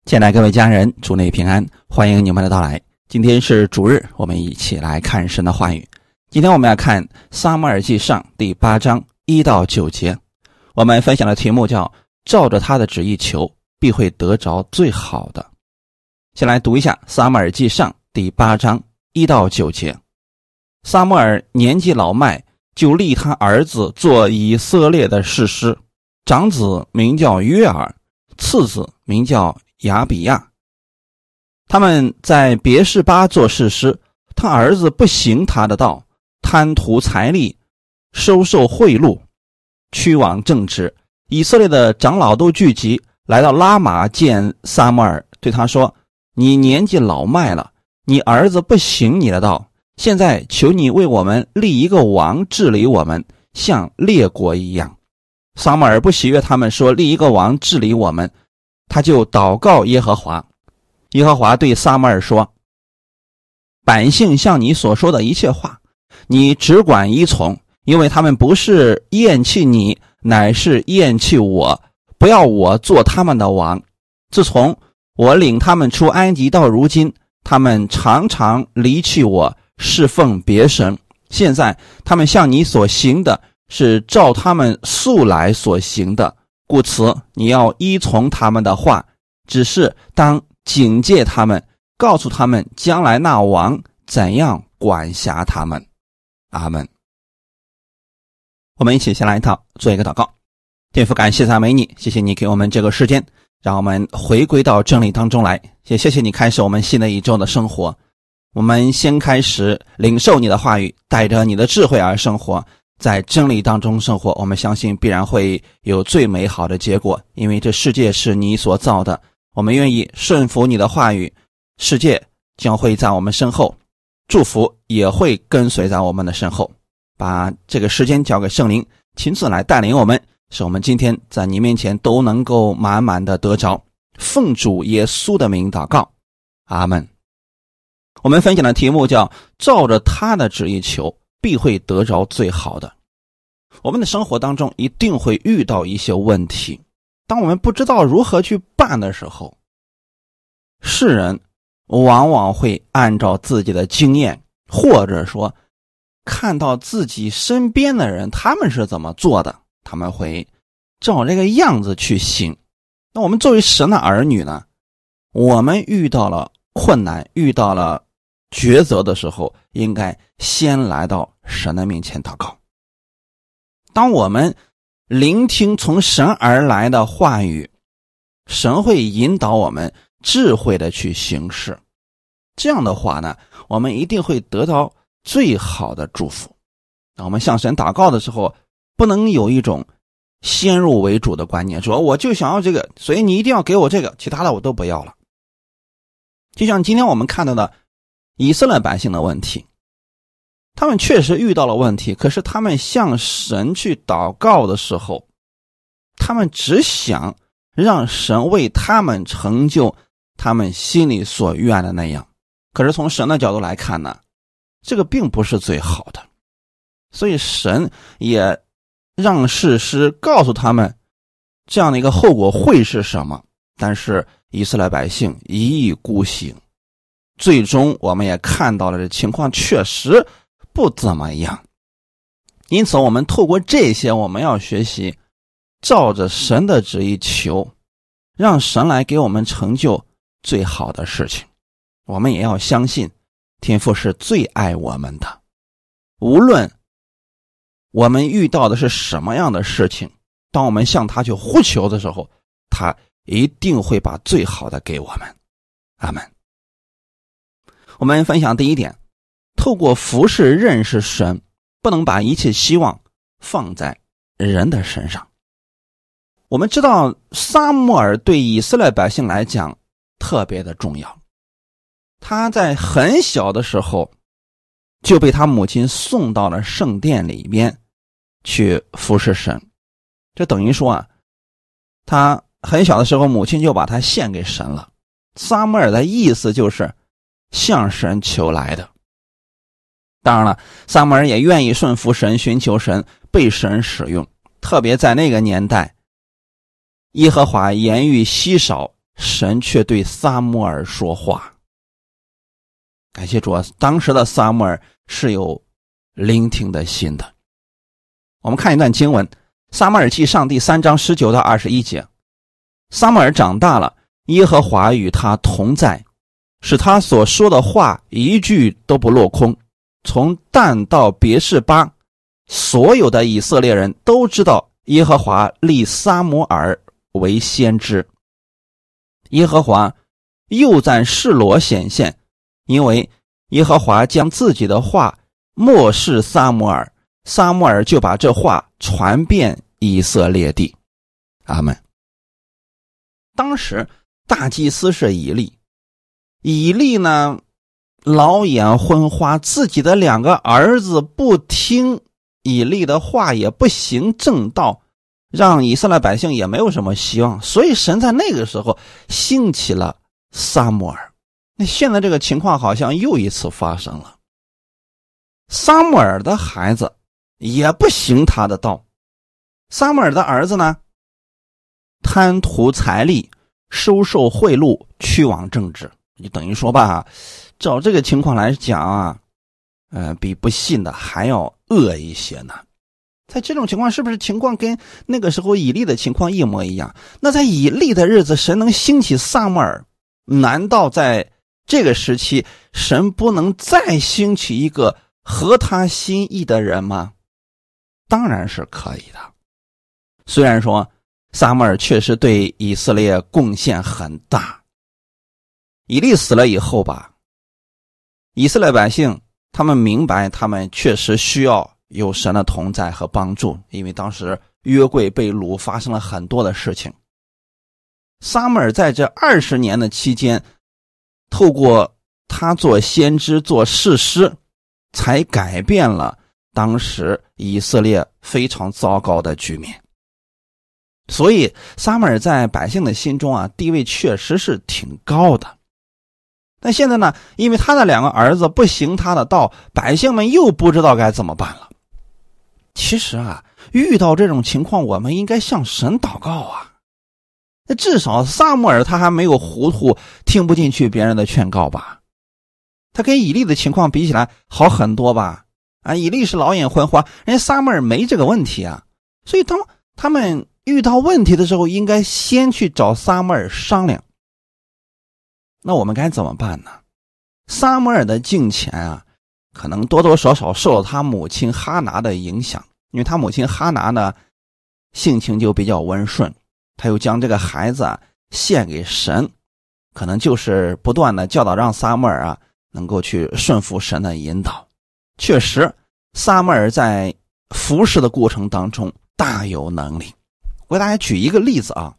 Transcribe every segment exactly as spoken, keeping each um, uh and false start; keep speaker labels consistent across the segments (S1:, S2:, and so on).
S1: 亲爱的各位家人，主内平安，欢迎你们的到来。今天是主日，我们一起来看神的话语。今天我们要看撒母耳记上第八章一到九节，我们分享的题目叫照着他的旨意求，必会得着最好的。先来读一下撒母耳记上第八章一到九节。撒母耳年纪老迈，就立他儿子做以色列的士师，长子名叫约尔，次子名叫亚比亚。他们在别是巴做士师，他儿子不行他的道，贪图财力，收受贿赂，屈枉正直。以色列的长老都聚集，来到拉玛见撒母耳，对他说：你年纪老迈了，你儿子不行你的道，现在求你为我们立一个王治理我们，像列国一样。撒母耳不喜悦他们说立一个王治理我们，他就祷告耶和华。耶和华对撒母耳说：百姓像你所说的一切话，你只管依从，因为他们不是厌弃你，乃是厌弃我，不要我做他们的王。自从我领他们出埃及到如今，他们常常离弃我，侍奉别神。现在他们向你所行的是照他们素来所行的，故此你要依从他们的话，只是当警戒他们，告诉他们将来那王怎样管辖他们。阿们。我们一起先来祷，做一个祷告。天父，感谢赞美你，谢谢你给我们这个时间，让我们回归到真理当中来，也谢谢你开始我们新的一周的生活。我们先开始领受你的话语，带着你的智慧而生活，在真理当中生活，我们相信必然会有最美好的结果，因为这世界是你所造的，我们愿意顺服你的话语，世界将会在我们身后，祝福也会跟随在我们的身后。把这个时间交给圣灵，亲自来带领我们，使我们今天在你面前都能够满满的得着。奉主耶稣的名祷告，阿们。我们分享的题目叫照着他的旨意求，必会得着最好的。我们的生活当中一定会遇到一些问题，当我们不知道如何去办的时候，世人往往会按照自己的经验，或者说看到自己身边的人他们是怎么做的，他们会照这个样子去行。那我们作为神的儿女呢，我们遇到了困难，遇到了抉择的时候，应该先来到神的面前祷告。当我们聆听从神而来的话语，神会引导我们智慧的去行事，这样的话呢，我们一定会得到最好的祝福。那我们向神祷告的时候，不能有一种先入为主的观念，说我就想要这个，所以你一定要给我这个，其他的我都不要了。就像今天我们看到的以色列百姓的问题，他们确实遇到了问题，可是他们向神去祷告的时候，他们只想让神为他们成就他们心里所愿的那样。可是从神的角度来看呢，这个并不是最好的，所以神也让士师告诉他们这样的一个后果会是什么。但是以色列百姓一意孤行，最终我们也看到了这情况确实不怎么样。因此我们透过这些，我们要学习照着神的旨意求，让神来给我们成就最好的事情。我们也要相信天父是最爱我们的，无论我们遇到的是什么样的事情，当我们向他去呼求的时候，他一定会把最好的给我们。阿们。我们分享第一点，透过服事认识神，不能把一切希望放在人的身上。我们知道撒母耳对以色列百姓来讲特别的重要，他在很小的时候就被他母亲送到了圣殿里边去服侍神。这等于说啊，他很小的时候母亲就把他献给神了。撒母耳的意思就是向神求来的。当然了，撒母耳也愿意顺服神，寻求神，被神使用。特别在那个年代，耶和华言语稀少， 神却对撒母耳说话。感谢主啊，当时的撒母耳是有聆听的心的。我们看一段经文，撒母耳记上第三章十九到二十一节。撒母耳长大了，耶和华与他同在，使他所说的话一句都不落空。从但到别是巴，所有的以色列人都知道耶和华立撒母耳为先知。耶和华又在示罗显现，因为耶和华将自己的话默示撒母耳，撒母耳就把这话传遍以色列地。阿们。当时大祭司是以利，以利呢老眼昏花，自己的两个儿子不听以利的话，也不行正道，让以色列百姓也没有什么希望。所以神在那个时候兴起了撒母耳。那现在这个情况好像又一次发生了，撒母耳的孩子也不行他的道。撒母耳的儿子呢，贪图财力，收受贿赂，屈枉正直。就等于说吧，照这个情况来讲啊，呃，比不信的还要恶一些呢。在这种情况，是不是情况跟那个时候以利的情况一模一样？那在以利的日子，神能兴起撒母耳，难道在这个时期，神不能再兴起一个合他心意的人吗？当然是可以的。虽然说撒母耳确实对以色列贡献很大，以利死了以后吧，以色列百姓他们明白他们确实需要有神的同在和帮助，因为当时约柜被掳，发生了很多的事情。撒母耳在这二十年的期间，透过他做先知做士师，才改变了当时以色列非常糟糕的局面。所以撒母耳在百姓的心中啊，地位确实是挺高的。但现在呢，因为他的两个儿子不行他的道，百姓们又不知道该怎么办了。其实啊，遇到这种情况，我们应该向神祷告啊。那至少撒母耳他还没有糊涂，听不进去别人的劝告吧。他跟以利的情况比起来好很多吧。啊，以利是老眼昏花，人家撒母耳没这个问题啊。所以当他们遇到问题的时候，应该先去找撒母耳商量。那我们该怎么办呢？撒母耳的敬虔啊，可能多多少少受了他母亲哈拿的影响，因为他母亲哈拿呢性情就比较温顺，他又将这个孩子啊献给神，可能就是不断的教导让撒母耳啊能够去顺服神的引导。确实撒母耳在服侍的过程当中大有能力。我给大家举一个例子啊，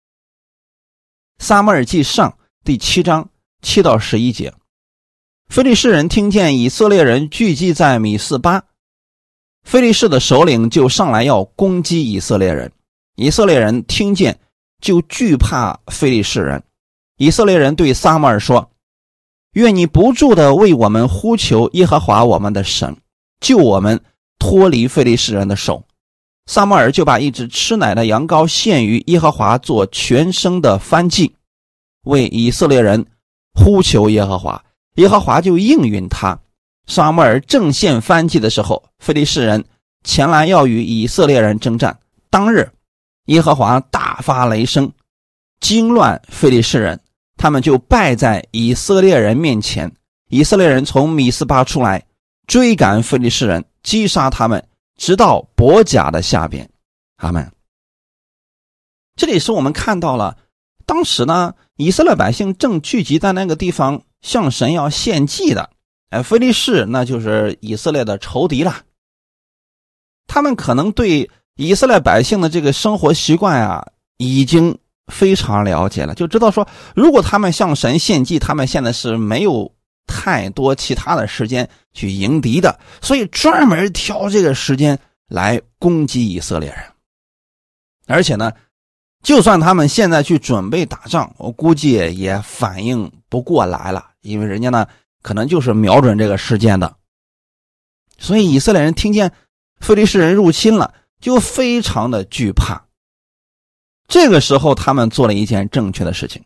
S1: 撒母耳记上第七章七到十一节。非利士人听见以色列人聚集在米斯巴，非利士的首领就上来要攻击以色列人。以色列人听见就惧怕非利士人。以色列人对撒母耳说，愿你不住地为我们呼求耶和华我们的神，救我们脱离非利士人的手。撒母耳就把一只吃奶的羊羔献于耶和华做全牲的燔祭，为以色列人呼求耶和华，耶和华就应允他。撒母耳正献燔祭的时候，非利士人前来要与以色列人征战。当日耶和华大发雷声，惊乱非利士人，他们就败在以色列人面前。以色列人从米斯巴出来，追赶非利士人，击杀他们，直到伯甲的下边。阿们。这里是我们看到了当时呢，以色列百姓正聚集在那个地方向神要献祭的。哎，非利士那就是以色列的仇敌了。他们可能对以色列百姓的这个生活习惯啊已经非常了解了，就知道说如果他们向神献祭，他们现在是没有太多其他的时间去迎敌的，所以专门挑这个时间来攻击以色列人。而且呢，就算他们现在去准备打仗，我估计也反应不过来了，因为人家呢可能就是瞄准这个时间的。所以以色列人听见非利士人入侵了，就非常的惧怕。这个时候他们做了一件正确的事情，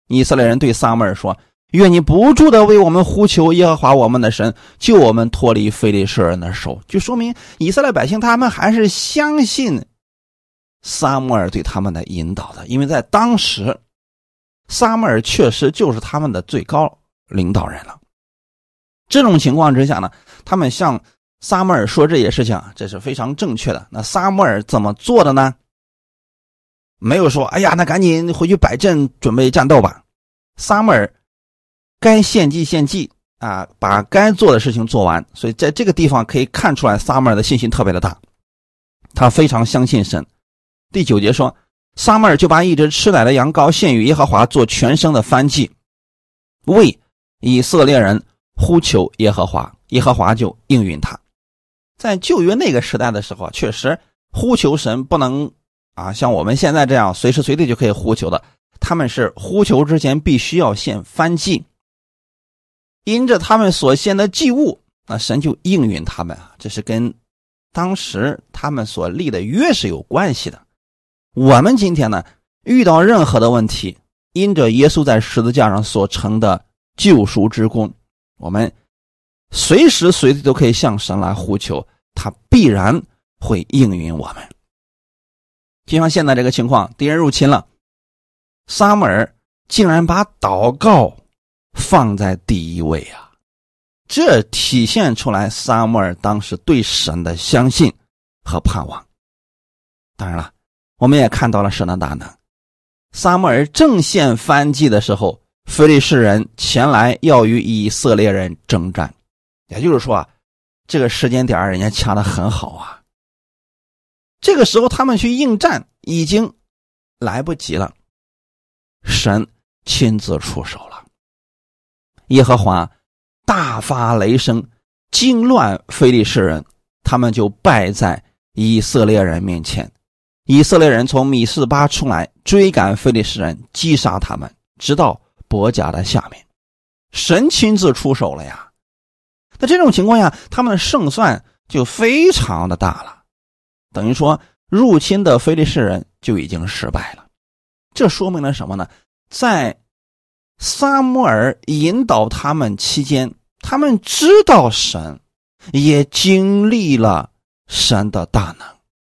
S1: 以色列人对撒母耳说，愿你不住的为我们呼求耶和华我们的神，救我们脱离非利士人的手。就说明以色列百姓他们还是相信撒母耳对他们的引导的，因为在当时撒母耳确实就是他们的最高领导人了。这种情况之下呢，他们向撒母耳说这些事情，这是非常正确的。那撒母耳怎么做的呢？没有说哎呀那赶紧回去摆阵准备战斗吧。撒母耳该献祭献祭啊，把该做的事情做完。所以在这个地方可以看出来撒母耳的信心特别的大，他非常相信神。第九节说，撒母耳就把一只吃奶的羊羔献与耶和华做全牲的燔祭，为以色列人呼求耶和华，耶和华就应允他。在旧约那个时代的时候，确实呼求神不能啊像我们现在这样随时随地就可以呼求的，他们是呼求之前必须要献燔祭，因着他们所献的祭物，那神就应允他们啊，这是跟当时他们所立的约是有关系的。我们今天呢，遇到任何的问题，因着耶稣在十字架上所成的救赎之功，我们随时随地都可以向神来呼求，他必然会应允我们。就像现在这个情况，敌人入侵了，撒母耳竟然把祷告放在第一位啊！这体现出来撒母耳当时对神的相信和盼望。当然了，我们也看到了神的大能。撒母耳正献燔祭的时候，非利士人前来要与以色列人征战，也就是说啊，这个时间点人家掐得很好啊。这个时候他们去应战已经来不及了，神亲自出手了。耶和华大发雷声，惊乱非利士人，他们就败在以色列人面前。以色列人从米示巴出来，追赶非利士人，击杀他们，直到伯甲的下面。神亲自出手了呀。那这种情况下，他们的胜算就非常的大了，等于说入侵的非利士人就已经失败了。这说明了什么呢？在撒母耳引导他们期间，他们知道神，也经历了神的大能。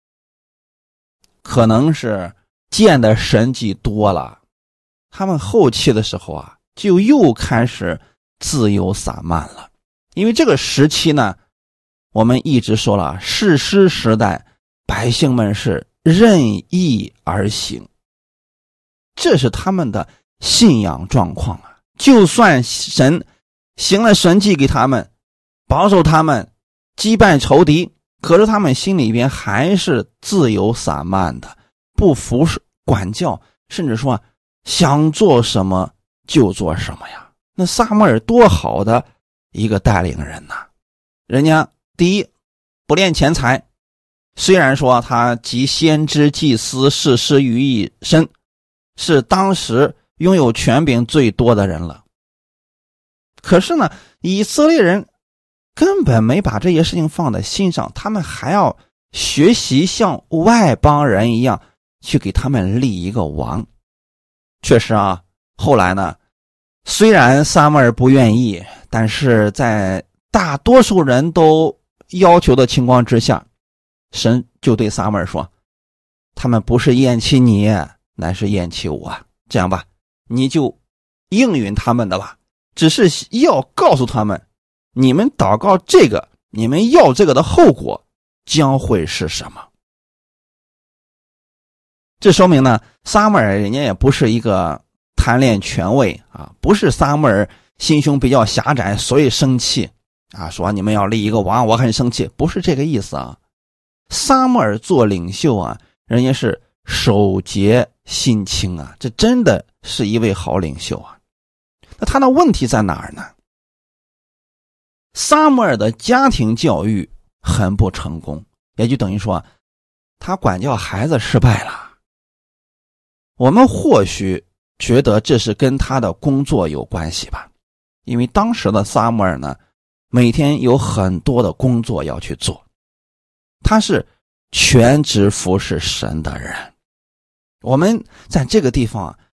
S1: 可能是见的神迹多了，他们后期的时候啊，就又开始自由散漫了。因为这个时期呢，我们一直说了，士师时代百姓们是任意而行，这是他们的信仰状况啊。就算神行了神迹给他们，保守他们，击败仇敌，可是他们心里边还是自由散漫的，不服管教，甚至说想做什么就做什么呀。那撒母耳多好的一个带领人呐！人家第一不恋钱财，虽然说他集先知、祭司、士师于一身，是当时拥有权柄最多的人了，可是呢，以色列人根本没把这些事情放在心上，他们还要学习像外邦人一样去给他们立一个王。确实啊，后来呢，虽然撒母耳不愿意，但是在大多数人都要求的情况之下，神就对撒母耳说，他们不是厌弃你，乃是厌弃我。这样吧，你就应允他们的吧，只是要告诉他们，你们祷告这个，你们要这个的后果将会是什么。这说明呢，撒母耳人家也不是一个贪恋权位啊，不是撒母耳心胸比较狭窄所以生气啊，说你们要立一个王我很生气，不是这个意思啊。撒母耳做领袖啊，人家是守节心清啊，这真的是一位好领袖啊。那他的问题在哪儿呢？撒母耳的家庭教育很不成功，也就等于说他管教孩子失败了。我们或许觉得这是跟他的工作有关系吧，因为当时的撒母耳呢，每天有很多的工作要去做，他是全职服侍神的人。我们在这个地方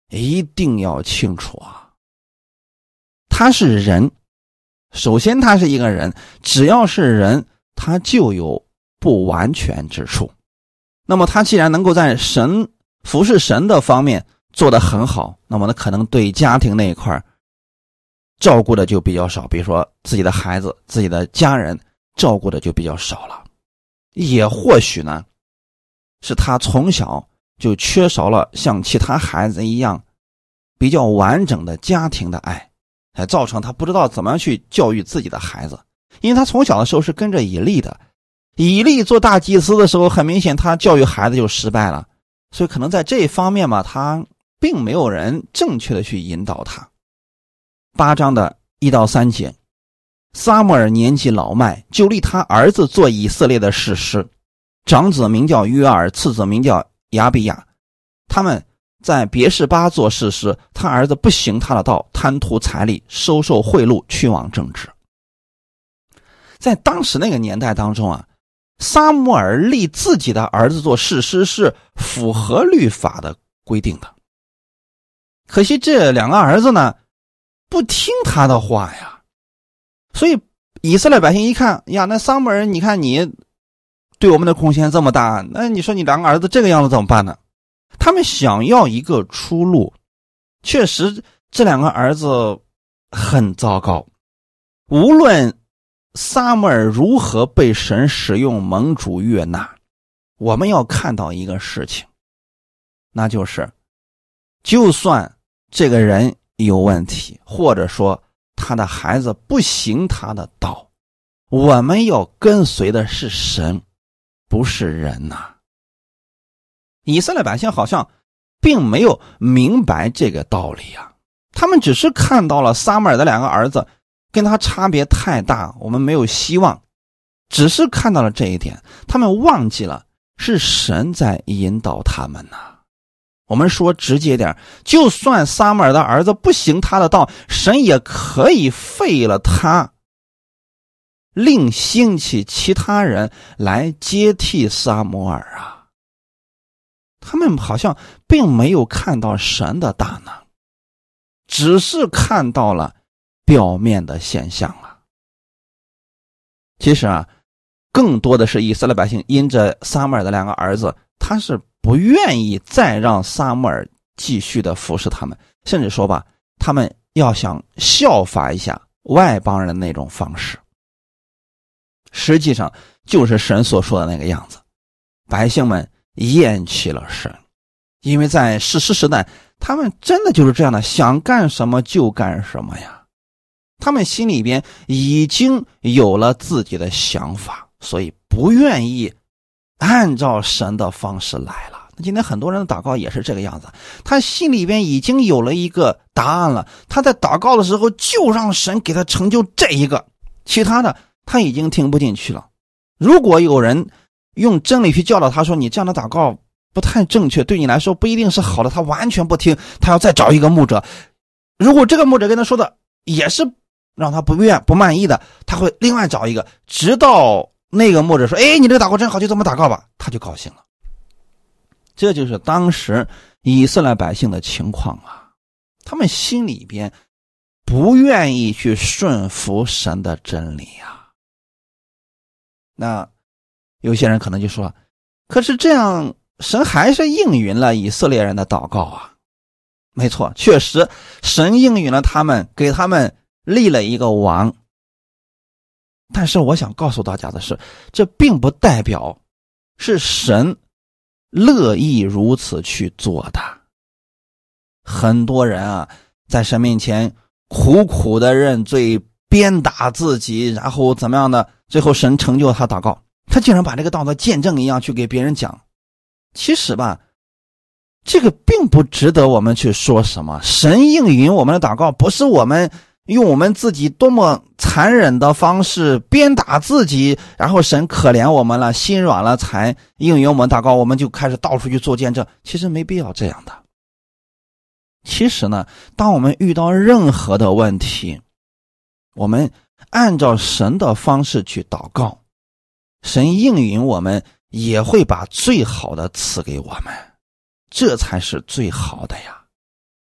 S1: 一定要清楚啊，他是人，首先他是一个人，只要是人，他就有不完全之处。那么他既然能够在神服侍神的方面做得很好，那么呢可能对家庭那一块照顾的就比较少，比如说自己的孩子、自己的家人照顾的就比较少了。也或许呢是他从小就缺少了像其他孩子一样比较完整的家庭的爱，才造成他不知道怎么样去教育自己的孩子。因为他从小的时候是跟着以利的，以利做大祭司的时候，很明显他教育孩子就失败了，所以可能在这一方面嘛，他并没有人正确的去引导他。八章的一到三节，撒母耳年纪老迈，就立他儿子做以色列的士师，长子名叫约尔，次子名叫亚比亚。他们在别是巴做士师，他儿子不行他的道，贪图财力，收受贿赂，屈枉正直。在当时那个年代当中啊，撒母耳立自己的儿子做士师是符合律法的规定的。可惜这两个儿子呢不听他的话呀，所以以色列百姓一看呀，那撒母耳你看你对我们的贡献这么大，那你说你两个儿子这个样子怎么办呢？他们想要一个出路，确实这两个儿子很糟糕。无论撒母耳如何被神使用蒙主悦纳，我们要看到一个事情，那就是就算这个人有问题，或者说他的孩子不行他的道，我们要跟随的是神，不是人呐、啊。以色列百姓好像并没有明白这个道理啊，他们只是看到了撒母耳的两个儿子跟他差别太大，我们没有希望，只是看到了这一点，他们忘记了是神在引导他们呐、啊。我们说直接点，就算撒母耳的儿子不行他的道，神也可以废了他，另兴起其他人来接替撒母耳啊。他们好像并没有看到神的大能，只是看到了表面的现象了。其实啊，更多的是以色列百姓因着撒母耳的两个儿子，他是不愿意再让撒母耳继续的服侍他们，甚至说吧，他们要想效法一下外邦人那种方式。实际上就是神所说的那个样子，百姓们厌弃了神，因为在士师时代，他们真的就是这样的，想干什么就干什么呀。他们心里边已经有了自己的想法，所以不愿意按照神的方式来了。今天很多人的祷告也是这个样子，他心里边已经有了一个答案了，他在祷告的时候就让神给他成就这一个，其他的他已经听不进去了。如果有人用真理去教导他说你这样的祷告不太正确，对你来说不一定是好的，他完全不听，他要再找一个牧者，如果这个牧者跟他说的也是让他不愿不满意的，他会另外找一个，直到那个牧者说哎，你这个祷告真好，就这么祷告吧，他就高兴了。这就是当时以色列百姓的情况啊，他们心里边不愿意去顺服神的真理啊。那有些人可能就说，可是这样神还是应允了以色列人的祷告啊。没错，确实神应允了他们，给他们立了一个王。但是我想告诉大家的是，这并不代表是神乐意如此去做的。很多人啊，在神面前苦苦的认罪，鞭打自己，然后怎么样的，最后神成就他祷告，他竟然把这个当作见证一样去给别人讲。其实吧，这个并不值得我们去说什么。神应允我们的祷告，不是我们用我们自己多么残忍的方式鞭打自己，然后神可怜我们了，心软了才应允我们祷告，我们就开始到处去做见证。其实没必要这样的。其实呢，当我们遇到任何的问题，我们按照神的方式去祷告，神应允我们也会把最好的赐给我们，这才是最好的呀。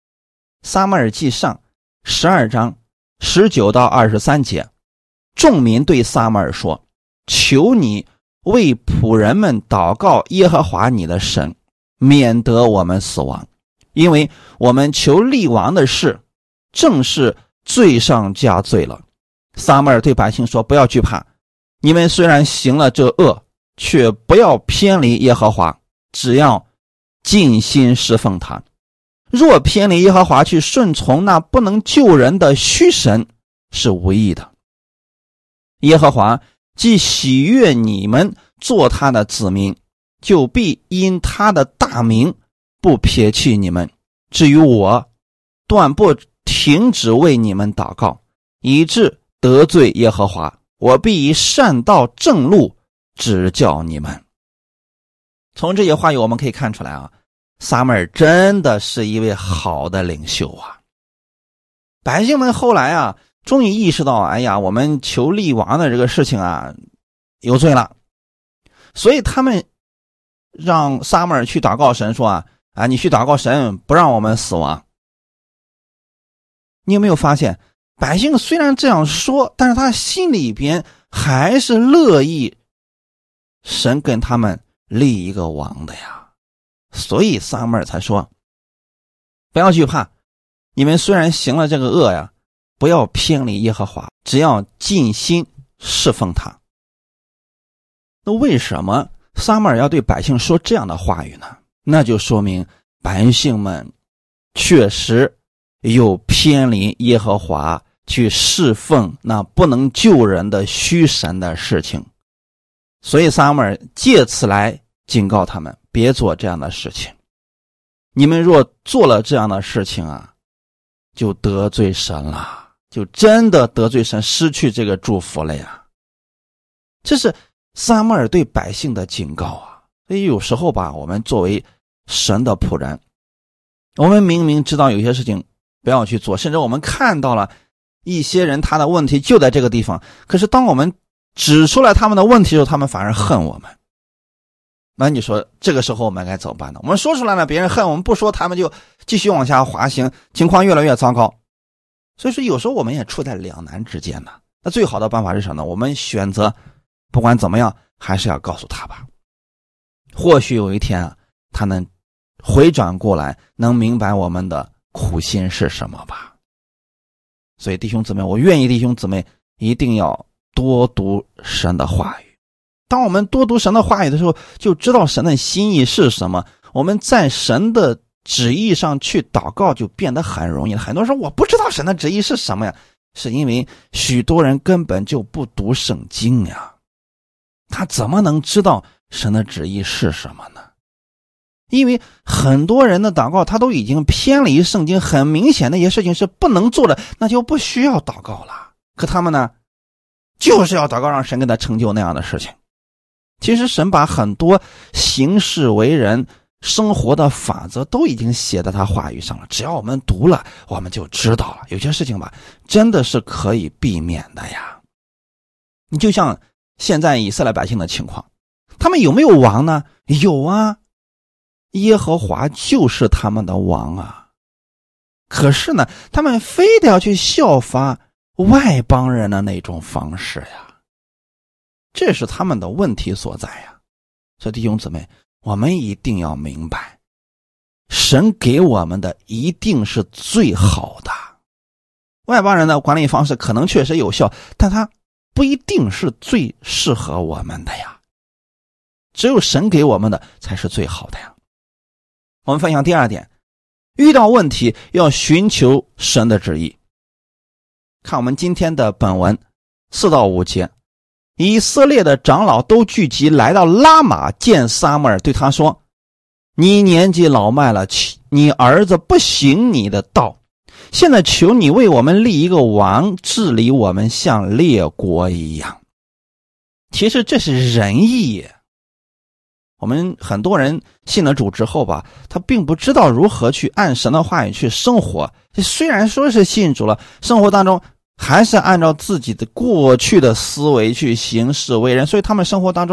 S1: 撒母耳记上十二章十九到二十三节，众民对撒母耳说：求你为仆人们祷告耶和华你的神，免得我们死亡，因为我们求立王的事正是罪上加罪了。撒母耳对百姓说：不要惧怕，你们虽然行了这恶，却不要偏离耶和华，只要尽心侍奉他。若偏离耶和华去顺从那不能救人的虚神，是无益的。耶和华既喜悦你们做他的子民，就必因他的大名不撇弃你们。至于我，断不停止为你们祷告，以致得罪耶和华，我必以善道正路指教你们。从这些话语我们可以看出来啊，撒母耳真的是一位好的领袖啊。百姓们后来啊，终于意识到，哎呀，我们求立王的这个事情啊，有罪了。所以他们让撒母耳去祷告神，说啊，啊，你去祷告神，不让我们死亡。你有没有发现，百姓虽然这样说，但是他心里边还是乐意神跟他们立一个王的呀。所以撒母耳才说，不要惧怕，你们虽然行了这个恶呀，不要偏离耶和华，只要尽心侍奉他。那为什么撒母耳要对百姓说这样的话语呢？那就说明百姓们确实有偏离耶和华去侍奉那不能救人的虚神的事情。所以撒母耳借此来警告他们，别做这样的事情。你们若做了这样的事情啊，就得罪神了，就真的得罪神，失去这个祝福了呀。这是撒母耳对百姓的警告啊。所以有时候吧，我们作为神的仆人，我们明明知道有些事情不要去做，甚至我们看到了一些人他的问题就在这个地方，可是当我们指出来他们的问题的时候，他们反而恨我们。那你说这个时候我们该怎么办呢？我们说出来了，别人恨我们，不说他们就继续往下滑行，情况越来越糟糕。所以说有时候我们也处在两难之间呢。那最好的办法是什么呢？我们选择不管怎么样还是要告诉他吧，或许有一天啊，他能回转过来，能明白我们的苦心是什么吧。所以弟兄姊妹，我愿意弟兄姊妹一定要多读神的话语。当我们多读神的话语的时候，就知道神的心意是什么，我们在神的旨意上去祷告就变得很容易了。很多人说我不知道神的旨意是什么呀，是因为许多人根本就不读圣经呀，他怎么能知道神的旨意是什么呢？因为很多人的祷告他都已经偏离圣经，很明显那些事情是不能做的，那就不需要祷告了。可他们呢，就是要祷告让神给他成就那样的事情。其实神把很多行事为人生活的法则都已经写在他话语上了，只要我们读了，我们就知道了。有些事情吧，真的是可以避免的呀。你就像现在以色列百姓的情况，他们有没有王呢？有啊，耶和华就是他们的王啊。可是呢，他们非得要去效法外邦人的那种方式呀，这是他们的问题所在呀。所以弟兄姊妹，我们一定要明白，神给我们的一定是最好的。外邦人的管理方式可能确实有效，但它不一定是最适合我们的呀。只有神给我们的才是最好的呀。我们分享第二点，遇到问题要寻求神的旨意。看我们今天的本文四到五节，以色列的长老都聚集来到拉玛见撒母耳，对他说，你年纪老迈了，你儿子不行你的道，现在求你为我们立一个王，治理我们像列国一样。其实这是仁义。我们很多人信了主之后吧，他并不知道如何去按神的话语去生活。虽然说是信主了，生活当中还是按照自己的过去的思维去行事为人，所以他们生活当中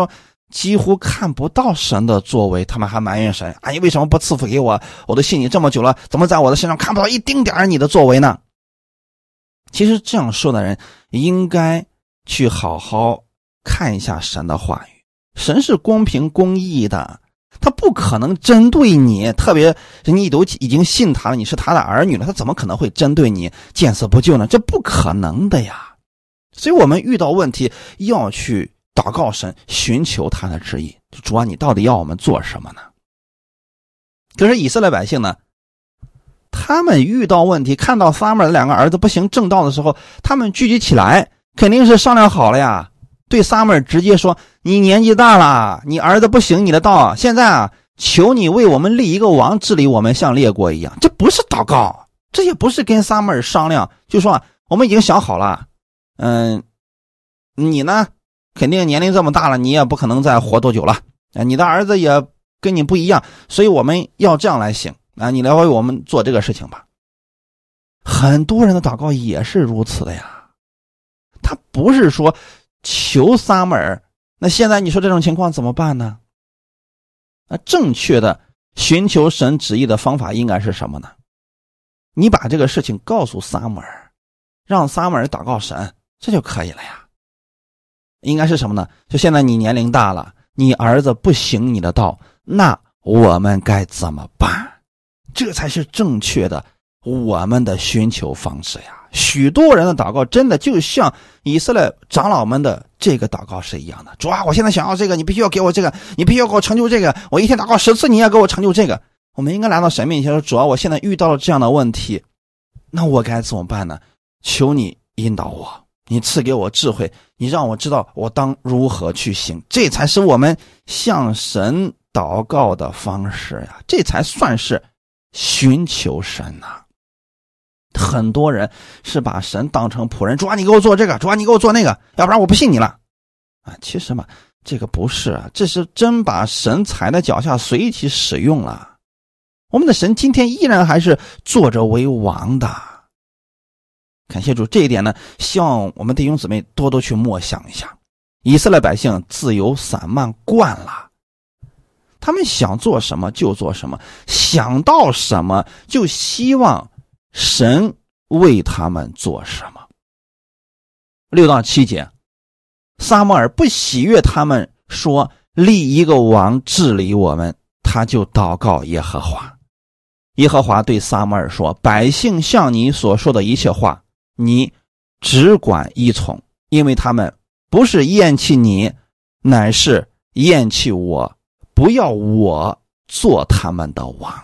S1: 几乎看不到神的作为，他们还埋怨神啊，你为什么不赐福给我？我都信你这么久了，怎么在我的身上看不到一丁点儿你的作为呢？其实这样说的人应该去好好看一下神的话语。神是公平公义的，他不可能针对你，特别你都已经信他了，你是他的儿女了，他怎么可能会针对你见死不救呢？这不可能的呀。所以我们遇到问题要去祷告神，寻求他的旨意，主啊，你到底要我们做什么呢？可是以色列百姓呢，他们遇到问题，看到撒母耳的两个儿子不行正道的时候，他们聚集起来肯定是商量好了呀，对撒母耳直接说，你年纪大了，你儿子不行你的道，现在啊，求你为我们立一个王治理我们，像列国一样。这不是祷告，这也不是跟撒母耳商量，就说啊，我们已经想好了，嗯，你呢肯定年龄这么大了，你也不可能再活多久了，你的儿子也跟你不一样，所以我们要这样来行啊，你来为我们做这个事情吧。很多人的祷告也是如此的呀，他不是说求撒母耳。那现在你说这种情况怎么办呢？那正确的寻求神旨意的方法应该是什么呢？你把这个事情告诉撒母耳，让撒母耳祷告神，这就可以了呀。应该是什么呢？就现在你年龄大了，你儿子不行你的道，那我们该怎么办？这才是正确的我们的寻求方式呀。许多人的祷告真的就像以色列长老们的这个祷告是一样的，主啊，我现在想要这个，你必须要给我这个，你必须要给我成就这个，我一天祷告十次你也给我成就这个。我们应该来到神面前说，主啊，我现在遇到了这样的问题，那我该怎么办呢？求你引导我，你赐给我智慧，你让我知道我当如何去行，这才是我们向神祷告的方式呀，这才算是寻求神啊。很多人是把神当成仆人，主啊，你给我做这个，主啊，你给我做那个，要不然我不信你了啊。其实嘛，这个不是啊，这是真把神踩在脚下随其使用了。我们的神今天依然还是坐着为王的，感谢主。这一点呢，希望我们弟兄姊妹多多去默想一下。以色列百姓自由散漫惯了，他们想做什么就做什么，想到什么就希望神为他们做什么。六到七节，撒母耳不喜悦他们说立一个王治理我们，他就祷告耶和华。耶和华对撒母耳说，百姓向你所说的一切话，你只管依从，因为他们不是厌弃你，乃是厌弃我，不要我做他们的王。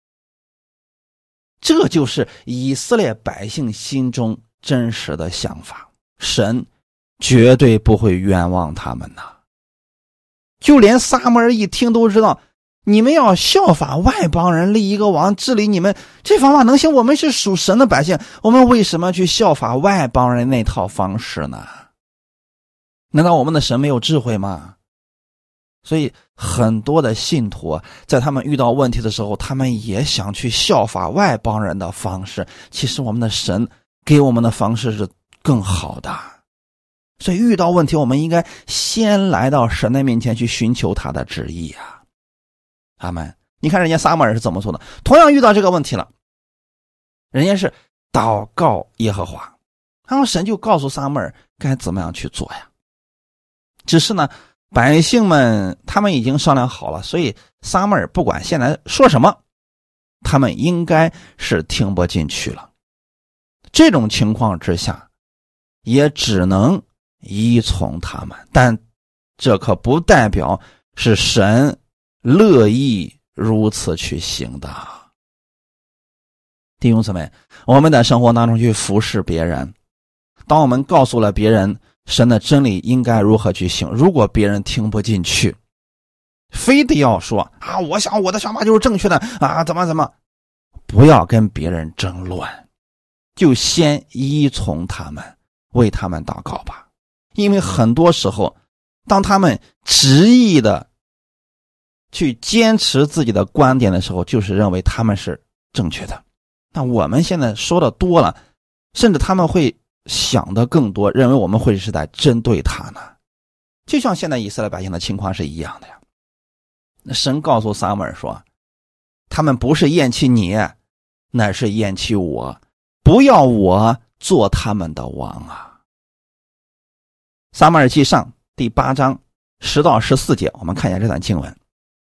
S1: 这就是以色列百姓心中真实的想法，神绝对不会冤枉他们呐。就连撒母耳一听都知道，你们要效法外邦人立一个王治理你们，这方法能行？我们是属神的百姓，我们为什么去效法外邦人那套方式呢？难道我们的神没有智慧吗？所以很多的信徒在他们遇到问题的时候，他们也想去效法外邦人的方式，其实我们的神给我们的方式是更好的。所以遇到问题，我们应该先来到神的面前去寻求他的旨意啊。阿们。你看人家撒母耳是怎么做的，同样遇到这个问题了，人家是祷告耶和华，然后神就告诉撒母耳该怎么样去做呀。只是呢，百姓们他们已经商量好了，所以撒母耳不管现在说什么，他们应该是听不进去了。这种情况之下，也只能依从他们，但这可不代表是神乐意如此去行的。弟兄姊妹，我们在生活当中去服侍别人，当我们告诉了别人神的真理应该如何去行，如果别人听不进去，非得要说啊，我想我的想法就是正确的啊，怎么怎么，不要跟别人争论，就先依从他们，为他们祷告吧。因为很多时候，当他们执意的去坚持自己的观点的时候，就是认为他们是正确的。那我们现在说的多了，甚至他们会想的更多，认为我们会是在针对他呢。 就像现在以色列百姓的情况是一样的呀。神告诉撒母耳说，他们不是厌弃你，乃是厌弃我，不要我做他们的王啊。撒母耳记上第八章十到十四节，我们看一下这段经文。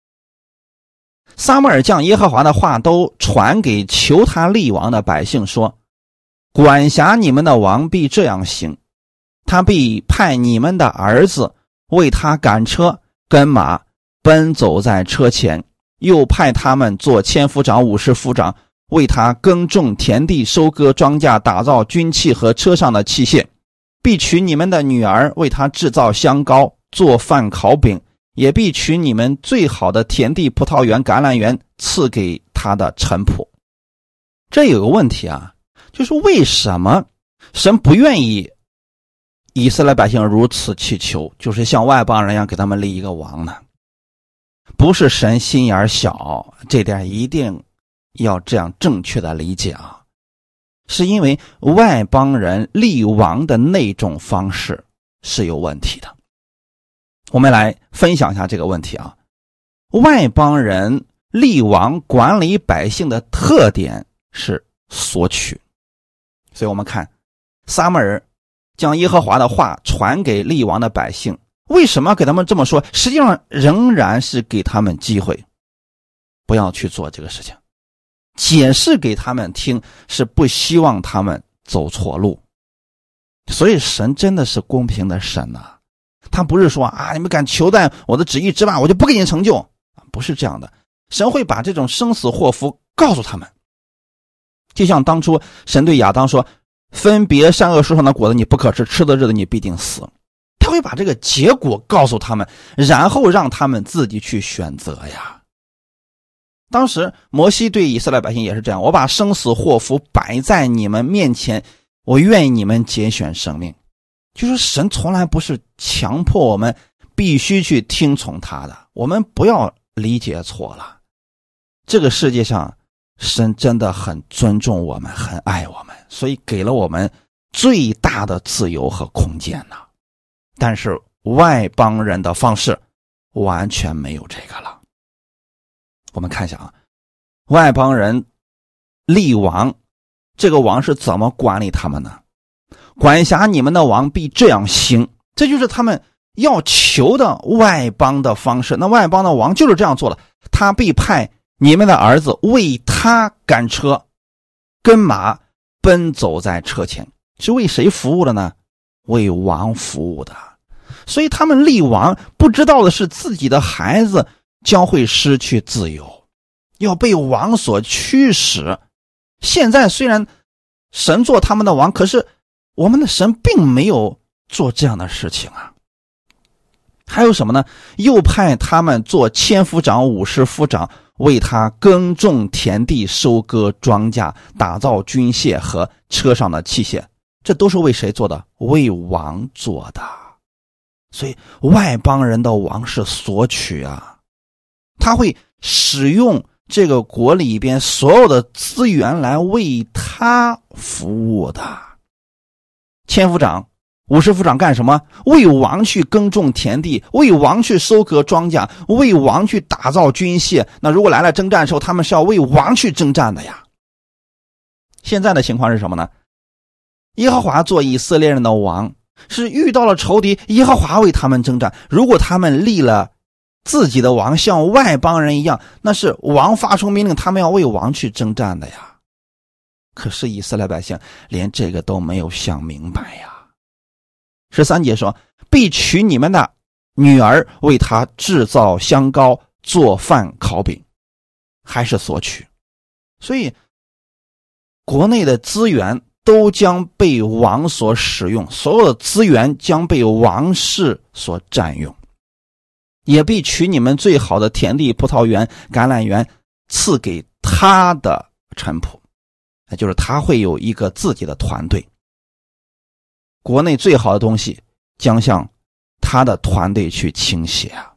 S1: 撒母耳将耶和华的话都传给求他立王的百姓说，管辖你们的王必这样行，他必派你们的儿子为他赶车跟马，奔走在车前，又派他们做千夫长五十夫长，为他耕种田地，收割庄稼，打造军器和车上的器械，必娶你们的女儿为他制造香膏，做饭烤饼，也必取你们最好的田地、葡萄园、橄榄园，赐给他的臣仆。这有个问题啊，就是为什么神不愿意以色列百姓如此祈求，就是像外邦人一样给他们立一个王呢？不是神心眼小，这点一定要这样正确的理解啊，是因为外邦人立王的那种方式是有问题的。我们来分享一下这个问题啊。外邦人立王管理百姓的特点是索取，所以我们看撒母耳将耶和华的话传给立王的百姓，为什么要给他们这么说？实际上仍然是给他们机会不要去做这个事情，解释给他们听，是不希望他们走错路。所以神真的是公平的神啊，他不是说啊，你们敢求在我的旨意之外，我就不给你成就，不是这样的。神会把这种生死祸福告诉他们，就像当初神对亚当说，分别善恶树上的果子你不可吃，吃的日子你必定死。他会把这个结果告诉他们，然后让他们自己去选择呀。当时摩西对以色列百姓也是这样，我把生死祸福摆在你们面前，我愿意你们拣选生命。就是神从来不是强迫我们必须去听从他的，我们不要理解错了。这个世界上神真的很尊重我们，很爱我们，所以给了我们最大的自由和空间呢。但是外邦人的方式完全没有这个了。我们看一下啊，外邦人立王，这个王是怎么管理他们呢？管辖你们的王必这样行，这就是他们要求的外邦的方式。那外邦的王就是这样做了，他必派你们的儿子为他赶车跟马，奔走在车前。是为谁服务的呢？为王服务的。所以他们立王不知道的是自己的孩子将会失去自由，要被王所驱使。现在虽然神做他们的王，可是我们的神并没有做这样的事情啊。还有什么呢？又派他们做千夫长五十夫长，为他耕种田地，收割庄稼，打造军械和车上的器械。这都是为谁做的？为王做的。所以外邦人的王是索取啊，他会使用这个国里边所有的资源来为他服务的。千夫长五十夫长干什么？为王去耕种田地，为王去收割庄稼，为王去打造军械。那如果来了征战的时候，他们是要为王去征战的呀。现在的情况是什么呢？耶和华做以色列人的王，是遇到了仇敌，耶和华为他们征战。如果他们立了自己的王，像外邦人一样，那是王发出命令，他们要为王去征战的呀。可是以色列百姓连这个都没有想明白呀。十三节说，必娶你们的女儿为他制造香膏，做饭烤饼，还是索取。所以国内的资源都将被王所使用，所有的资源将被王室所占用。也必取你们最好的田地、葡萄园、橄榄园，赐给他的臣仆，也就是他会有一个自己的团队，国内最好的东西将向他的团队去倾斜啊。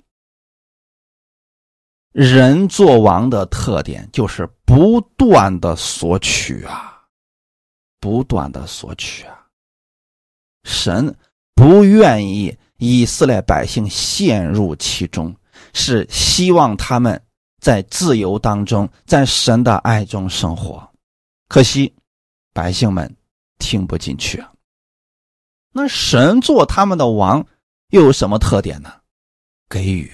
S1: 人做王的特点就是不断的索取啊，不断的索取啊。神不愿意以色列百姓陷入其中，是希望他们在自由当中，在神的爱中生活。可惜百姓们听不进去啊。那神做他们的王又有什么特点呢？给予。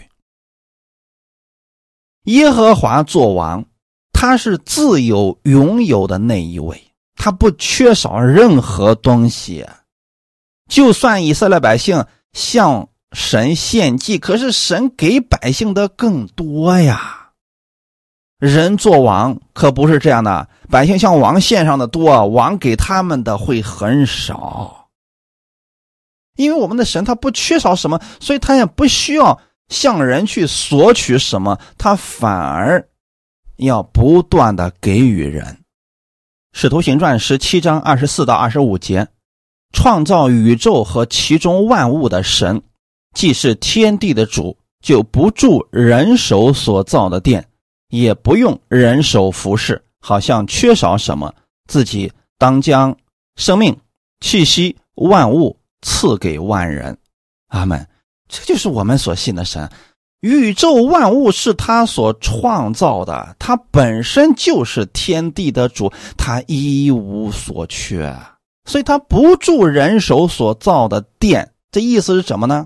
S1: 耶和华做王，他是自有拥有的那一位，他不缺少任何东西。就算以色列百姓向神献祭，可是神给百姓的更多呀。人做王可不是这样的，百姓向王献上的多，王给他们的会很少。因为我们的神他不缺少什么，所以他也不需要向人去索取什么，他反而要不断的给予人。使徒行传十七章二十四到二十五节，创造宇宙和其中万物的神，既是天地的主，就不住人手所造的殿，也不用人手服侍，好像缺少什么，自己当将生命、气息、万物赐给万人。阿们。这就是我们所信的神。宇宙万物是他所创造的，他本身就是天地的主，他一无所缺，所以他不住人手所造的殿。这意思是什么呢？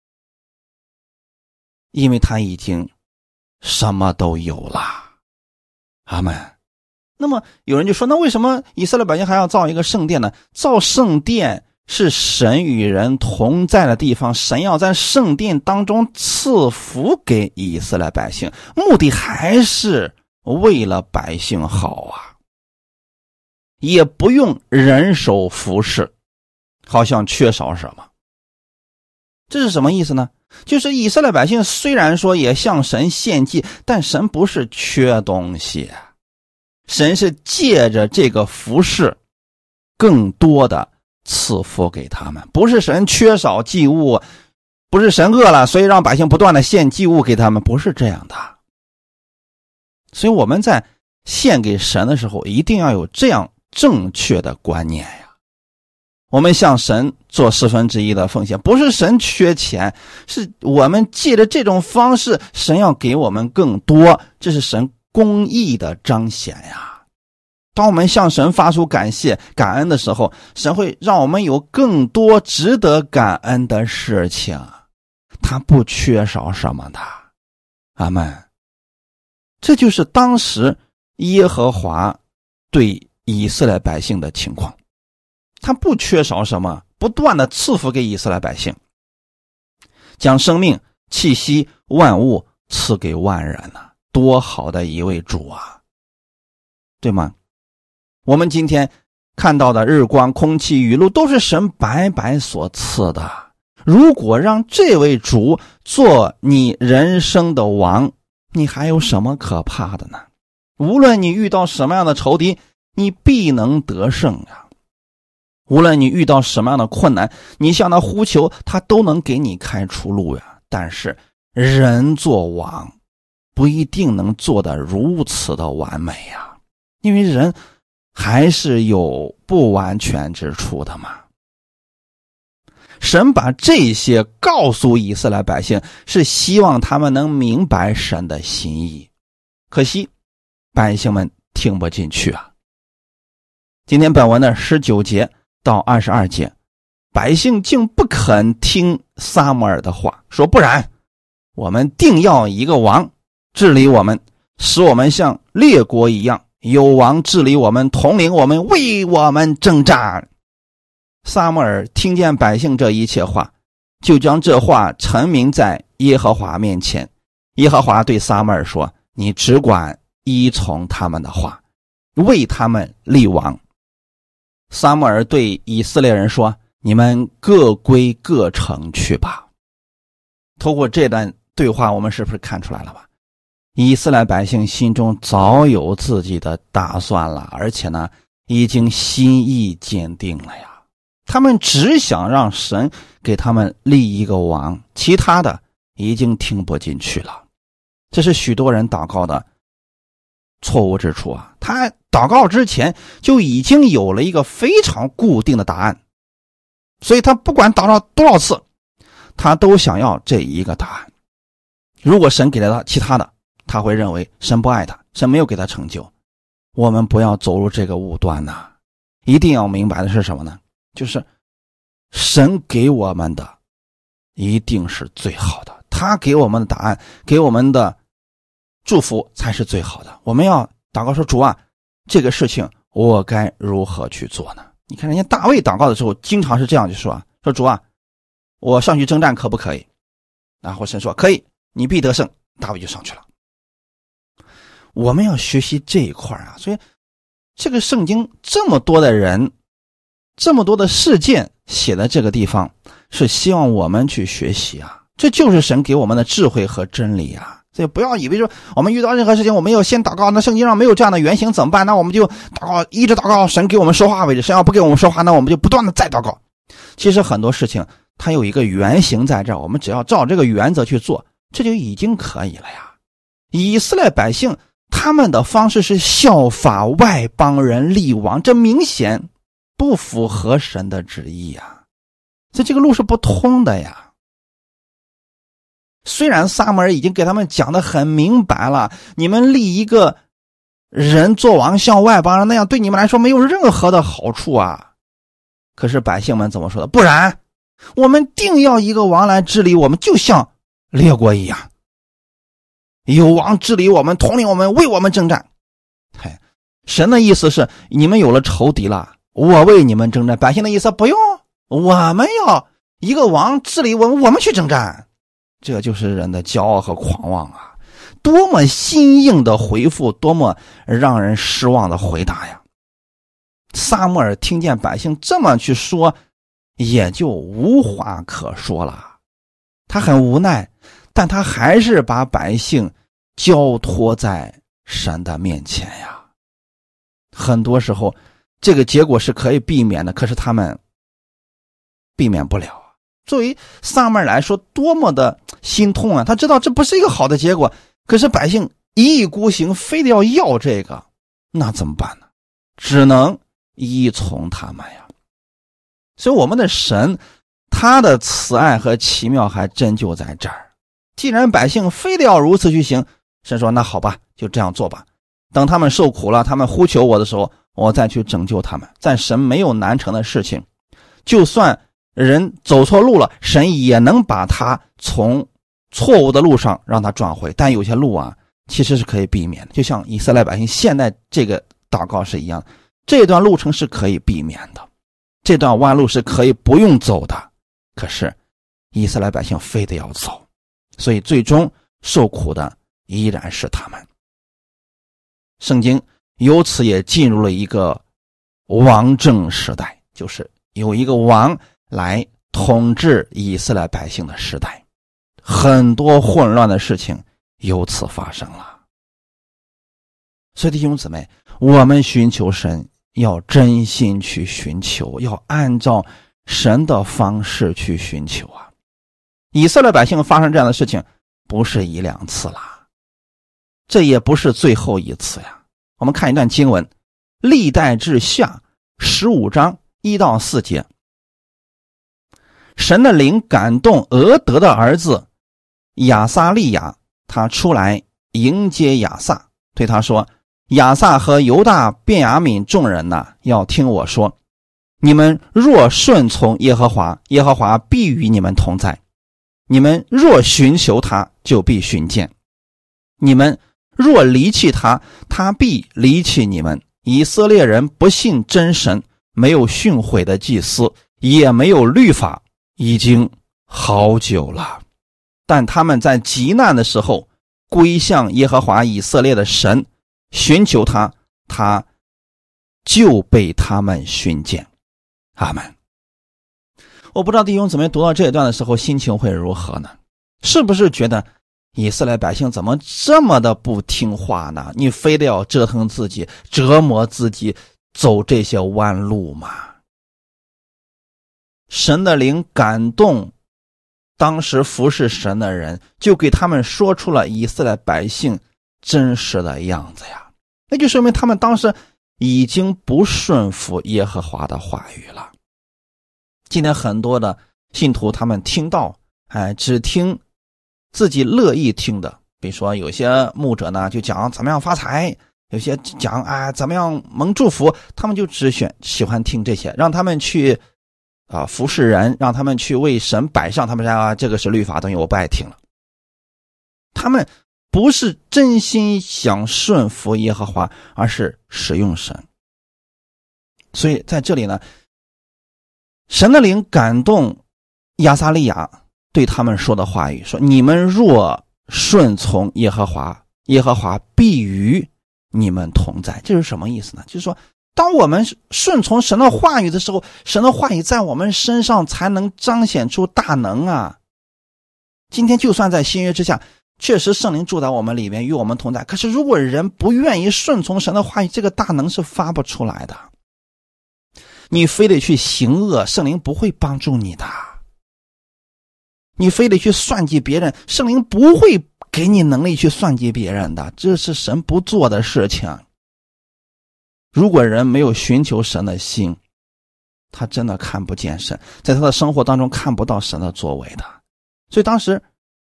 S1: 因为他已经什么都有了。阿们。那么有人就说，那为什么以色列百姓还要造一个圣殿呢？造圣殿是神与人同在的地方，神要在圣殿当中赐福给以色列百姓，目的还是为了百姓好啊，也不用人手服侍，好像缺少什么。这是什么意思呢？就是以色列百姓虽然说也向神献祭，但神不是缺东西，神是借着这个服侍更多的赐福给他们，不是神缺少祭物，不是神饿了所以让百姓不断的献祭物给他们，不是这样的。所以我们在献给神的时候一定要有这样正确的观念呀。我们向神做四分之一的奉献，不是神缺钱，是我们借着这种方式，神要给我们更多，这是神公义的彰显呀。当我们向神发出感谢感恩的时候，神会让我们有更多值得感恩的事情，他不缺少什么的。阿们。这就是当时耶和华对以色列百姓的情况，他不缺少什么，不断的赐福给以色列百姓，将生命、气息、万物赐给万人啊，多好的一位主啊，对吗？我们今天看到的日光、空气、雨露都是神白白所赐的。如果让这位主做你人生的王，你还有什么可怕的呢？无论你遇到什么样的仇敌，你必能得胜啊！无论你遇到什么样的困难，你向他呼求，他都能给你开出路呀。但是人做王不一定能做得如此的完美呀，因为人还是有不完全之处的嘛。神把这些告诉以色列百姓，是希望他们能明白神的心意，可惜百姓们听不进去啊。今天本文的十九节到二十二节，百姓竟不肯听撒母耳的话，说不然我们定要一个王治理我们，使我们像列国一样，有王治理我们，统领我们，为我们征战。撒母耳听见百姓这一切话，就将这话陈明在耶和华面前。耶和华对撒母耳说，你只管依从他们的话，为他们立王。撒母耳对以色列人说，你们各归各城去吧。透过这段对话，我们是不是看出来了吧？以色列百姓心中早有自己的打算了，而且呢，已经心意坚定了呀。他们只想让神给他们立一个王，其他的已经听不进去了。这是许多人祷告的错误之处啊！他祷告之前就已经有了一个非常固定的答案，所以他不管祷告多少次， 他都想要这一个答案。如果神给了他其他的，他会认为神不爱他，神没有给他成就。我们不要走入这个误端呐、啊！一定要明白的是什么呢？就是神给我们的一定是最好的，他给我们的答案，给我们的祝福才是最好的。我们要祷告说，主啊，这个事情我该如何去做呢？你看人家大卫祷告的时候经常是这样就说，说主啊，我上去征战可不可以？然后神说可以，你必得胜，大卫就上去了。我们要学习这一块啊，所以这个圣经这么多的人，这么多的事件写在这个地方，是希望我们去学习啊，这就是神给我们的智慧和真理啊。所以不要以为说我们遇到任何事情我们要先祷告，那圣经上没有这样的原型怎么办？那我们就祷告，一直祷告神给我们说话为止，神要不给我们说话，那我们就不断的再祷告。其实很多事情它有一个原型在这儿，我们只要照这个原则去做，这就已经可以了呀。以色列百姓他们的方式是效法外邦人立王，这明显不符合神的旨意呀，所以这个路是不通的呀。虽然撒母耳已经给他们讲得很明白了，你们立一个人做王像外邦人那样，对你们来说没有任何的好处啊。可是百姓们怎么说的？不然我们定要一个王来治理我们，就像列国一样，有王治理我们，统领我们，为我们征战。嘿，神的意思是你们有了仇敌了，我为你们征战。百姓的意思不用，我们要一个王治理我们，我们去征战。这就是人的骄傲和狂妄啊！多么心硬的回复，多么让人失望的回答呀！撒母耳听见百姓这么去说，也就无话可说了。他很无奈，但他还是把百姓交托在神的面前呀。很多时候这个结果是可以避免的，可是他们避免不了。作为撒母耳来说，多么的心痛啊！他知道这不是一个好的结果，可是百姓一意孤行，非得要要这个，那怎么办呢？只能依从他们呀。所以我们的神，他的慈爱和奇妙还真就在这儿。既然百姓非得要如此去行，神说那好吧，就这样做吧。等他们受苦了，他们呼求我的时候，我再去拯救他们。在神没有难成的事情，就算人走错路了，神也能把他从错误的路上让他转回。但有些路啊，其实是可以避免的，就像以色列百姓现在这个祷告是一样的，这段路程是可以避免的，这段弯路是可以不用走的，可是以色列百姓非得要走，所以最终受苦的依然是他们。圣经由此也进入了一个王政时代，就是有一个王来统治以色列百姓的时代，很多混乱的事情由此发生了。所以弟兄姊妹，我们寻求神要真心去寻求，要按照神的方式去寻求啊。以色列百姓发生这样的事情不是一两次啦，这也不是最后一次呀。我们看一段经文，历代志下十五章一到四节。神的灵感动俄德的儿子亚撒利亚，他出来迎接亚撒，对他说，亚撒和犹大便雅悯众人呐、啊，要听我说，你们若顺从耶和华，耶和华必与你们同在，你们若寻求他，就必寻见，你们若离弃他，他必离弃你们。以色列人不信真神，没有训诲的祭司，也没有律法，已经好久了，但他们在极难的时候归向耶和华以色列的神，寻求他，他就被他们寻见。阿们。我不知道弟兄姊妹读到这一段的时候心情会如何呢？是不是觉得以色列百姓怎么这么的不听话呢？你非得要折腾自己，折磨自己，走这些弯路吗？神的灵感动当时服侍神的人，就给他们说出了以色列百姓真实的样子呀。那就说明他们当时已经不顺服耶和华的话语了。今天很多的信徒他们听到哎，只听自己乐意听的。比如说有些牧者呢就讲怎么样发财，有些讲啊怎么样蒙祝福，他们就只选喜欢听这些，让他们去啊服侍人，让他们去为神摆上，他们说啊这个是律法东西我不爱听了。他们不是真心想顺服耶和华，而是使用神。所以在这里呢，神的灵感动亚撒利亚对他们说的话语，说你们若顺从耶和华，耶和华必与你们同在。这是什么意思呢？就是说当我们顺从神的话语的时候，神的话语在我们身上才能彰显出大能啊。今天就算在新约之下，确实圣灵住在我们里面与我们同在，可是如果人不愿意顺从神的话语，这个大能是发不出来的。你非得去行恶，圣灵不会帮助你的。你非得去算计别人，圣灵不会给你能力去算计别人的，这是神不做的事情。如果人没有寻求神的心，他真的看不见神，在他的生活当中看不到神的作为的。所以当时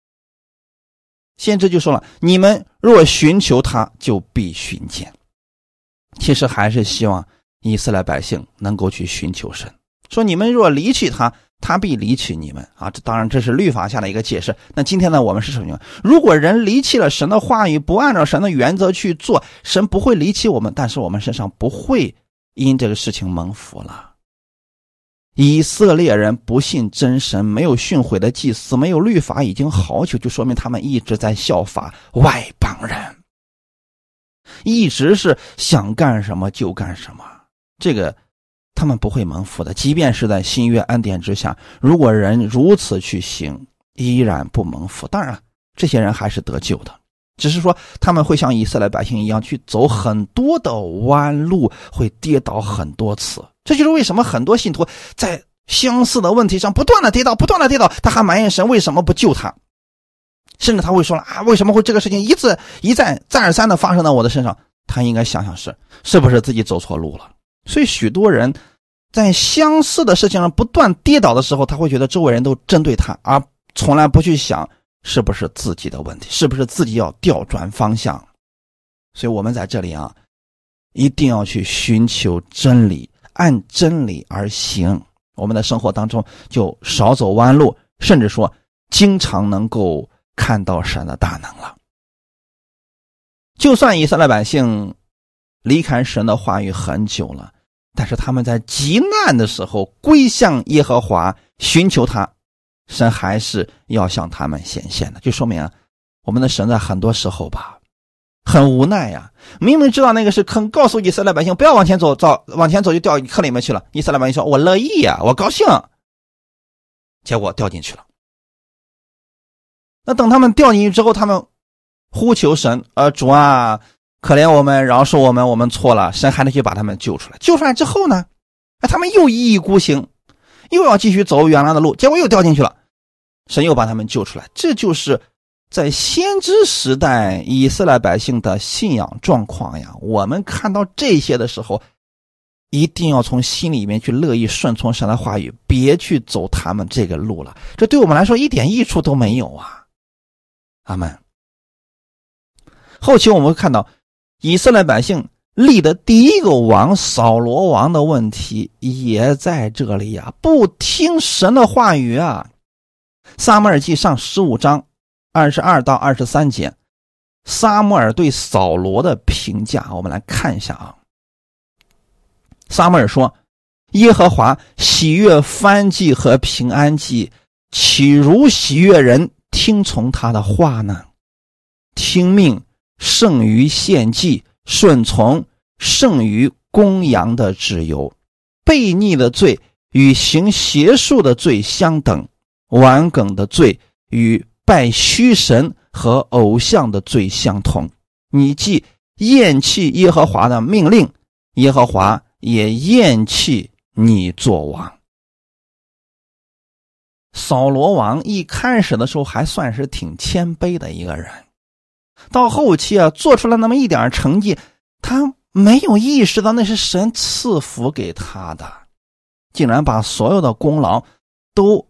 S1: 先知就说了，你们若寻求他，就必寻见。其实还是希望以色列百姓能够去寻求神，说你们若离弃他，他必离弃你们啊！这当然这是律法下的一个解释。那今天呢，我们是什么？如果人离弃了神的话语，不按照神的原则去做，神不会离弃我们，但是我们身上不会因这个事情蒙福了。以色列人不信真神，没有训诲的祭司，没有律法已经好久，就说明他们一直在效法外邦人，一直是想干什么就干什么，这个他们不会蒙福的。即便是在新约恩典之下，如果人如此去行，依然不蒙福。当然这些人还是得救的，只是说他们会像以色列百姓一样去走很多的弯路，会跌倒很多次。这就是为什么很多信徒在相似的问题上不断的跌倒不断的跌倒，他还埋怨神为什么不救他，甚至他会说了啊，为什么会这个事情一次一再再而三的发生在我的身上。他应该想想是是不是自己走错路了。所以许多人在相似的事情上不断跌倒的时候，他会觉得周围人都针对他，而从来不去想是不是自己的问题，是不是自己要调转方向。所以我们在这里啊，一定要去寻求真理，按真理而行，我们的生活当中就少走弯路，甚至说经常能够看到神的大能了。就算以色列百姓离开神的话语很久了，但是他们在极难的时候归向耶和华，寻求他，神还是要向他们显现的。就说明啊，我们的神在很多时候吧很无奈呀、啊，明明知道那个是坑，告诉以色列百姓不要往前走，走往前走就掉坑里面去了。以色列百姓说我乐意呀、啊，我高兴，结果掉进去了。那等他们掉进去之后，他们呼求神，呃，主啊，可怜我们，饶恕我们，我们错了。神还得去把他们救出来。救出来之后呢，他们又一意孤行，又要继续走原来的路，结果又掉进去了。神又把他们救出来。这就是在先知时代以色列百姓的信仰状况呀。我们看到这些的时候，一定要从心里面去乐意顺从神的话语，别去走他们这个路了。这对我们来说一点益处都没有啊。阿们。后期我们会看到以色列百姓立的第一个王扫罗王的问题也在这里啊，不听神的话语啊。撒母耳记上十五章二十二到二十三节，撒母耳对扫罗的评价，我们来看一下啊。撒母耳说，耶和华喜悦燔祭和平安祭，岂如喜悦人听从他的话呢？听命胜于献祭，顺从胜于公羊的脂油。悖逆的罪与行邪术的罪相等，顽梗的罪与拜虚神和偶像的罪相同。你既厌弃耶和华的命令，耶和华也厌弃你做王。扫罗王一开始的时候还算是挺谦卑的一个人，到后期啊，做出了那么一点成绩，他没有意识到那是神赐福给他的，竟然把所有的功劳都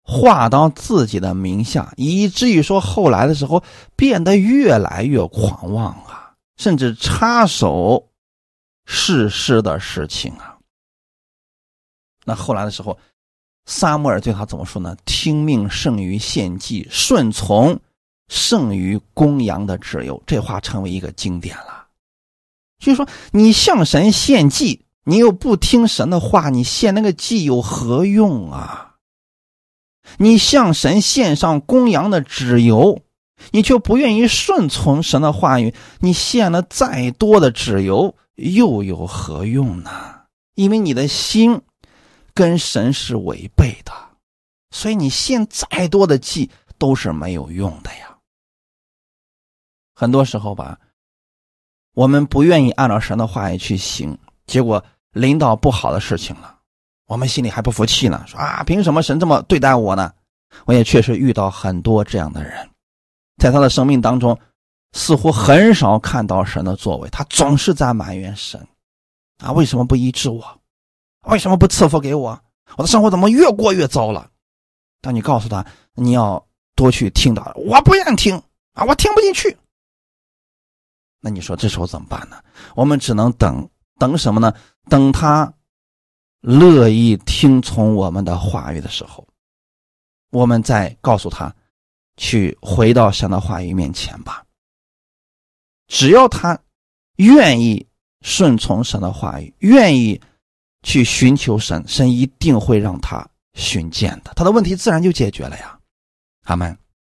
S1: 划到自己的名下，以至于说后来的时候变得越来越狂妄啊，甚至插手世事的事情啊。那后来的时候，撒母耳对他怎么说呢？听命胜于献祭，顺从胜于公羊的脂油。这话成为一个经典了。就是说，你向神献祭，你又不听神的话，你献那个祭有何用啊？你向神献上公羊的脂油，你却不愿意顺从神的话语，你献了再多的脂油又有何用呢？因为你的心跟神是违背的，所以你献再多的祭都是没有用的呀。很多时候吧，我们不愿意按照神的话语去行，结果临到不好的事情了，我们心里还不服气呢，说啊，凭什么神这么对待我呢？我也确实遇到很多这样的人，在他的生命当中似乎很少看到神的作为，他总是在埋怨神啊，为什么不医治我？为什么不赐福给我？我的生活怎么越过越糟了？当你告诉他你要多去听到，我不愿听啊，我听不进去。那你说这时候怎么办呢？我们只能等，等什么呢？等他乐意听从我们的话语的时候，我们再告诉他去回到神的话语面前吧。只要他愿意顺从神的话语，愿意去寻求神，神一定会让他寻见的，他的问题自然就解决了呀。阿们。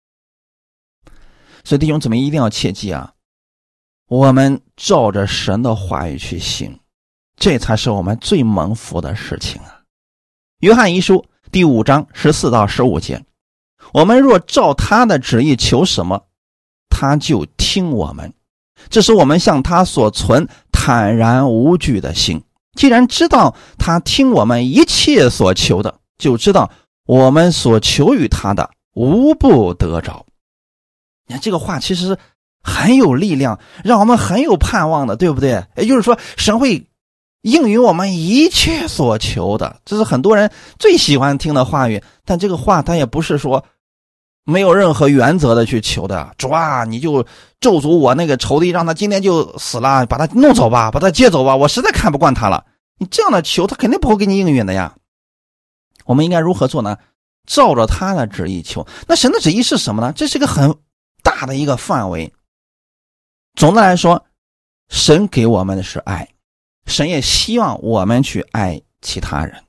S1: 所以弟兄姊妹一定要切记啊，我们照着神的话语去行，这才是我们最蒙福的事情啊。约翰一书第五章十四到十五节，我们若照他的旨意求什么，他就听我们，这是我们向他所存坦然无惧的心。既然知道他听我们一切所求的，就知道我们所求于他的无不得着。你看这个话其实很有力量，让我们很有盼望的，对不对？也就是说，神会应允我们一切所求的，这是很多人最喜欢听的话语。但这个话他也不是说没有任何原则的去求的，主啊，你就咒诅我那个仇敌，让他今天就死了，把他弄走吧，把他接走吧，我实在看不惯他了。你这样的求，他肯定不会给你应允的呀。我们应该如何做呢？照着他的旨意求。那神的旨意是什么呢？这是个很大的一个范围。总的来说，神给我们的是爱，神也希望我们去爱其他人。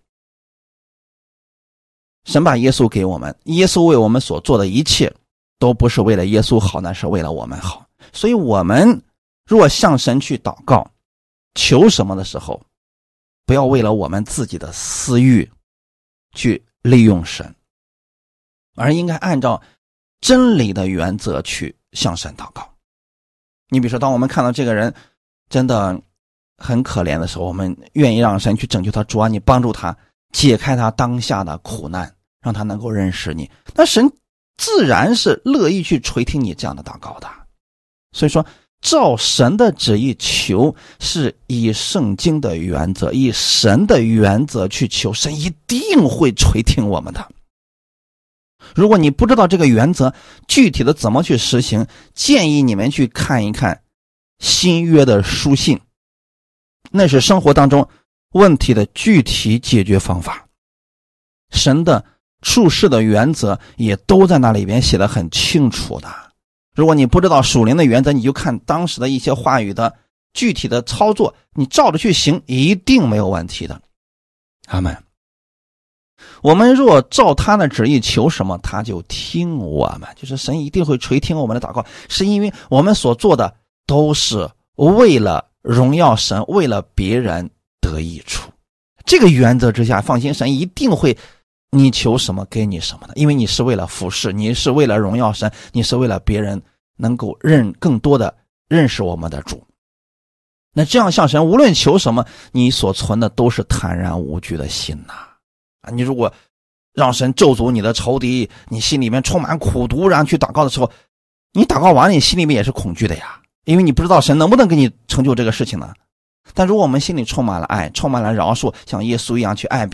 S1: 神把耶稣给我们，耶稣为我们所做的一切都不是为了耶稣好，那是为了我们好。所以我们若向神去祷告求什么的时候，不要为了我们自己的私欲去利用神，而应该按照真理的原则去向神祷告。你比如说，当我们看到这个人真的很可怜的时候，我们愿意让神去拯救他，主啊，你帮助他解开他当下的苦难，让他能够认识你，那神自然是乐意去垂听你这样的祷告的。所以说照神的旨意求，是以圣经的原则，以神的原则去求，神一定会垂听我们的。如果你不知道这个原则具体的怎么去实行，建议你们去看一看新约的书信，那是生活当中问题的具体解决方法。神的处事的原则也都在那里边写得很清楚的。如果你不知道属灵的原则，你就看当时的一些话语的具体的操作，你照着去行，一定没有问题的。阿们。我们若照他的旨意求什么，他就听我们，就是神一定会垂听我们的祷告，是因为我们所做的都是为了荣耀神，为了别人得益处。这个原则之下，放心，神一定会你求什么给你什么的，因为你是为了服侍，你是为了荣耀神，你是为了别人能够认更多的认识我们的主。那这样向神无论求什么，你所存的都是坦然无惧的心呐、啊。你如果让神咒诅你的仇敌，你心里面充满苦毒，然后去祷告的时候，你祷告完你心里面也是恐惧的呀，因为你不知道神能不能给你成就这个事情呢。但如果我们心里充满了爱，充满了饶恕，像耶稣一样去爱别人，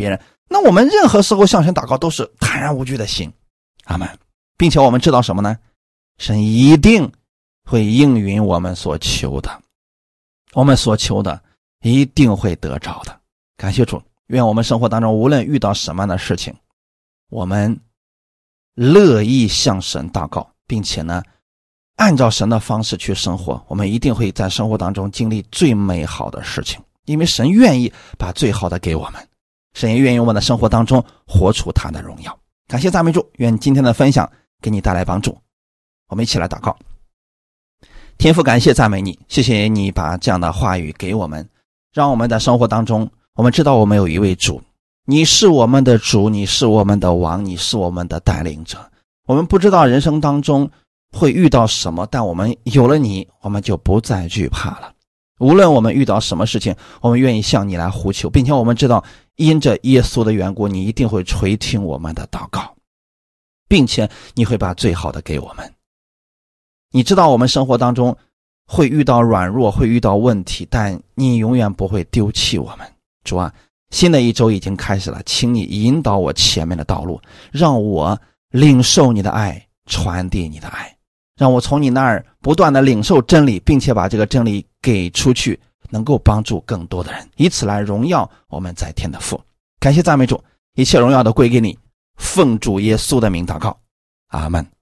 S1: 那我们任何时候向神祷告都是坦然无惧的心。阿们。并且我们知道什么呢？神一定会应允我们所求的，我们所求的一定会得着的。感谢主，愿我们生活当中无论遇到什么样的事情，我们乐意向神祷告，并且呢按照神的方式去生活，我们一定会在生活当中经历最美好的事情，因为神愿意把最好的给我们，神也愿意我们的生活当中活出他的荣耀。感谢赞美主，愿今天的分享给你带来帮助。我们一起来祷告。天父，感谢赞美你，谢谢你把这样的话语给我们，让我们在生活当中，我们知道我们有一位主，你是我们的主，你是我们的王，你是我们的带领者。我们不知道人生当中会遇到什么，但我们有了你，我们就不再惧怕了。无论我们遇到什么事情，我们愿意向你来呼求，并且我们知道因着耶稣的缘故，你一定会垂听我们的祷告，并且你会把最好的给我们。你知道我们生活当中会遇到软弱，会遇到问题，但你永远不会丢弃我们。主啊，新的一周已经开始了，请你引导我前面的道路，让我领受你的爱，传递你的爱，让我从你那儿不断的领受真理，并且把这个真理给出去，能够帮助更多的人，以此来荣耀我们在天的父。感谢赞美主，一切荣耀都归给你，奉主耶稣的名祷告，阿们。